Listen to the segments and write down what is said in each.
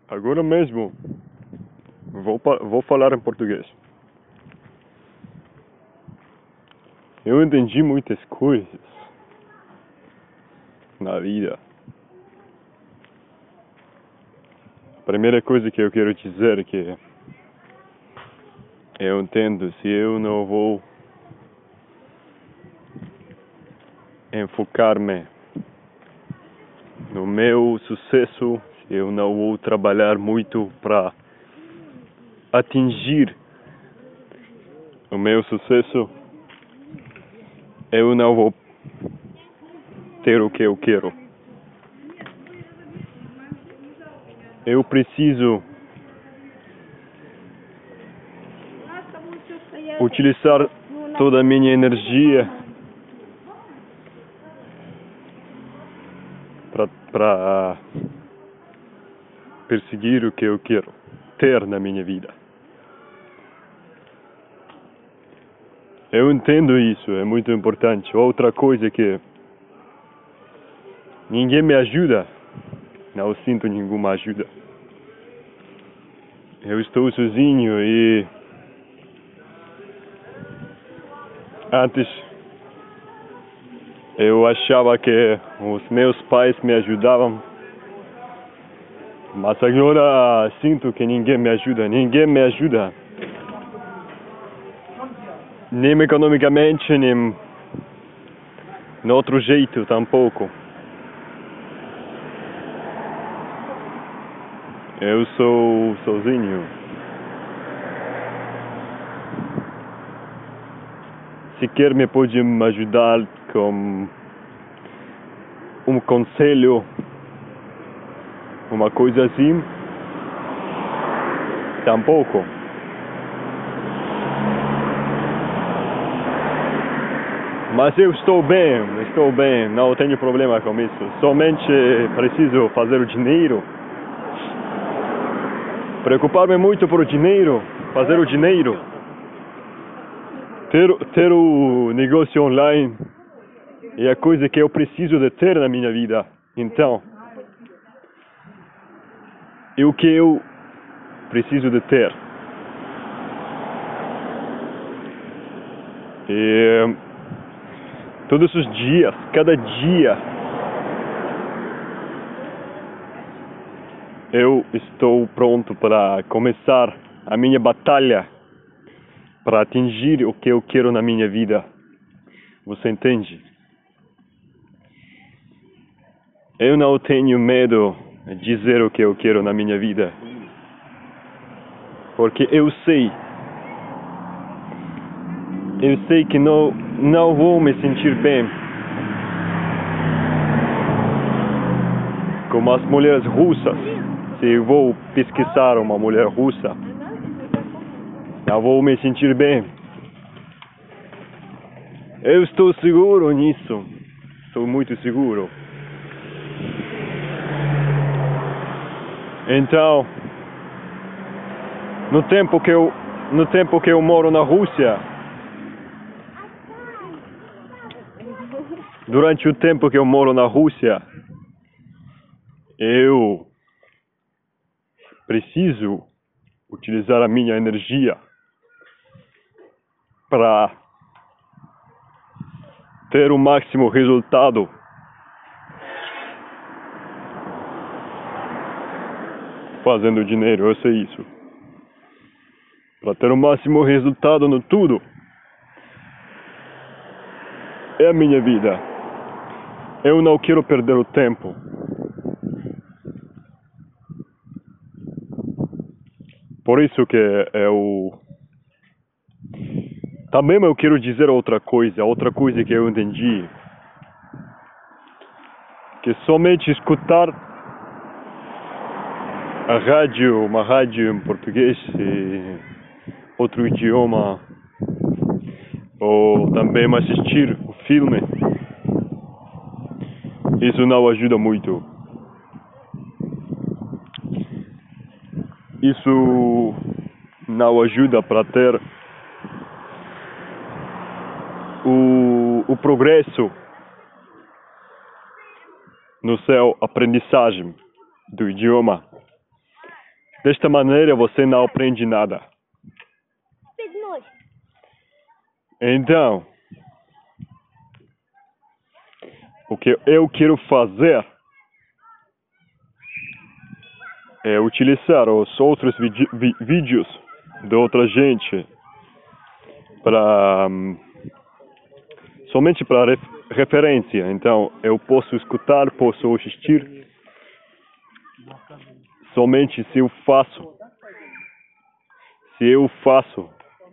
Agora mesmo vou falar em português. Eu entendi muitas coisas na vida. A primeira coisa que eu quero dizer é que eu entendo se eu não vou enfocar-me no meu sucesso, se eu não vou trabalhar muito para atingir o meu sucesso, eu não vou ter o que eu quero. Eu preciso utilizar toda a minha energia para perseguir o que eu quero ter na minha vida. Eu entendo isso, é muito importante. Outra coisa é que ninguém me ajuda, não sinto nenhuma ajuda. Eu estou sozinho e antes eu achava que os meus pais me ajudavam, mas agora sinto que ninguém me ajuda. Ninguém me ajuda, nem economicamente, nem de outro jeito tampouco. Eu sou sozinho. Se quer me pode me ajudar com um conselho, uma coisa assim, tampouco. Mas eu estou bem, não tenho problema com isso. Somente preciso fazer o dinheiro. Preocupar-me muito por o dinheiro, fazer o dinheiro. Ter o negócio online é a coisa que eu preciso de ter na minha vida. Então, é o que eu preciso de ter. E todos os dias, cada dia, eu estou pronto para começar a minha batalha para atingir o que eu quero na minha vida. Você entende? Eu não tenho medo de dizer o que eu quero na minha vida, porque eu sei que não vou me sentir bem como as mulheres russas. Se eu vou pesquisar uma mulher russa, não vou me sentir bem. Eu estou seguro nisso, estou muito seguro. Então, no tempo que eu moro na Rússia, durante o tempo que eu moro na Rússia, eu preciso utilizar a minha energia para ter o máximo resultado fazendo dinheiro, eu sei isso. Para ter o máximo resultado no tudo. É a minha vida. Eu não quero perder o tempo. Por isso que eu... Também eu quero dizer outra coisa que eu entendi. Que somente escutar a rádio, uma rádio em português e outro idioma, ou também assistir o filme, isso não ajuda muito. Isso não ajuda para ter o progresso no seu aprendizagem do idioma. Desta maneira você não aprende nada. Então, o que eu quero fazer é utilizar os outros vídeos de outra gente para somente para referência. Então, eu posso escutar, posso assistir somente se eu faço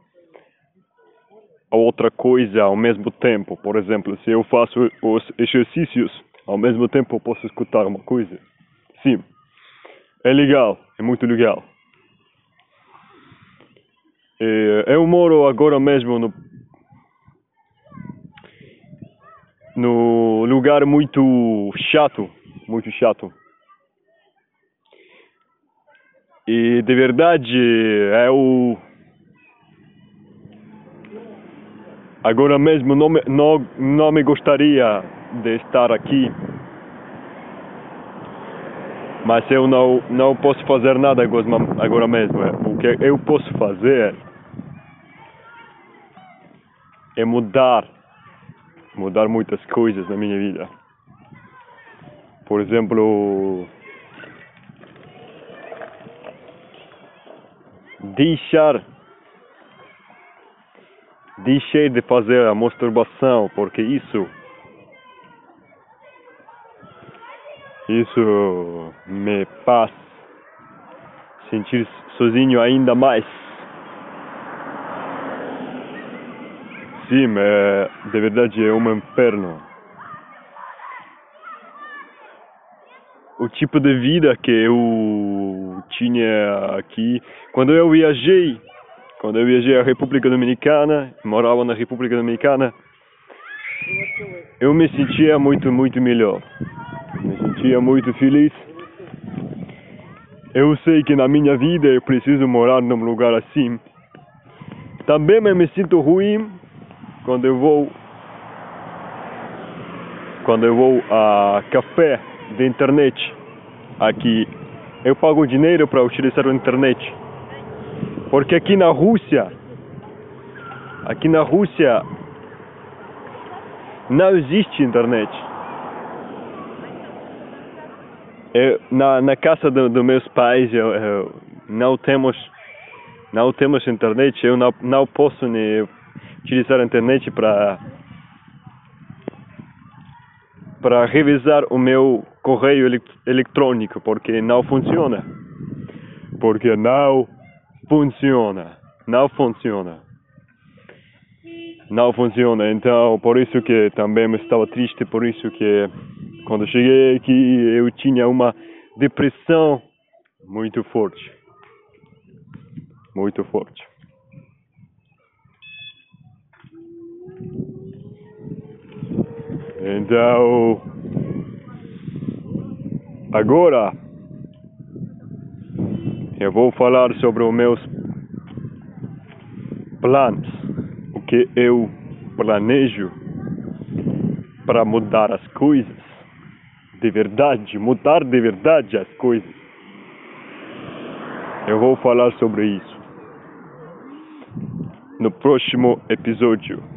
outra coisa ao mesmo tempo. Por exemplo, se eu faço os exercícios ao mesmo tempo, eu posso escutar uma coisa. Sim, é legal, é muito legal. Eu moro agora mesmo no lugar muito chato. E de verdade, agora mesmo não me gostaria de estar aqui. Mas eu não posso fazer nada agora mesmo. O que eu posso fazer é mudar muitas coisas na minha vida. Por exemplo, deixei de fazer a masturbação, porque isso me faz sentir sozinho ainda mais. Sim, de verdade é um inferno. O tipo de vida que eu tinha aqui, quando eu viajei à República Dominicana, morava na República Dominicana, eu me sentia muito melhor. Me sentia muito feliz. Eu sei que na minha vida eu preciso morar num lugar assim. Também me sinto ruim quando eu vou a café de internet. Aqui eu pago dinheiro para utilizar a internet. Porque aqui na Rússia não existe internet. Na casa dos meus pais não temos internet. Eu não posso utilizar a internet para revisar o meu correio eletrônico, porque não funciona. Não funciona. Então, por isso que também eu estava triste, por isso que quando cheguei aqui eu tinha uma depressão muito forte. Então, agora eu vou falar sobre os meus planos, o que eu planejo para mudar as coisas de verdade, mudar de verdade as coisas. Eu vou falar sobre isso no próximo episódio.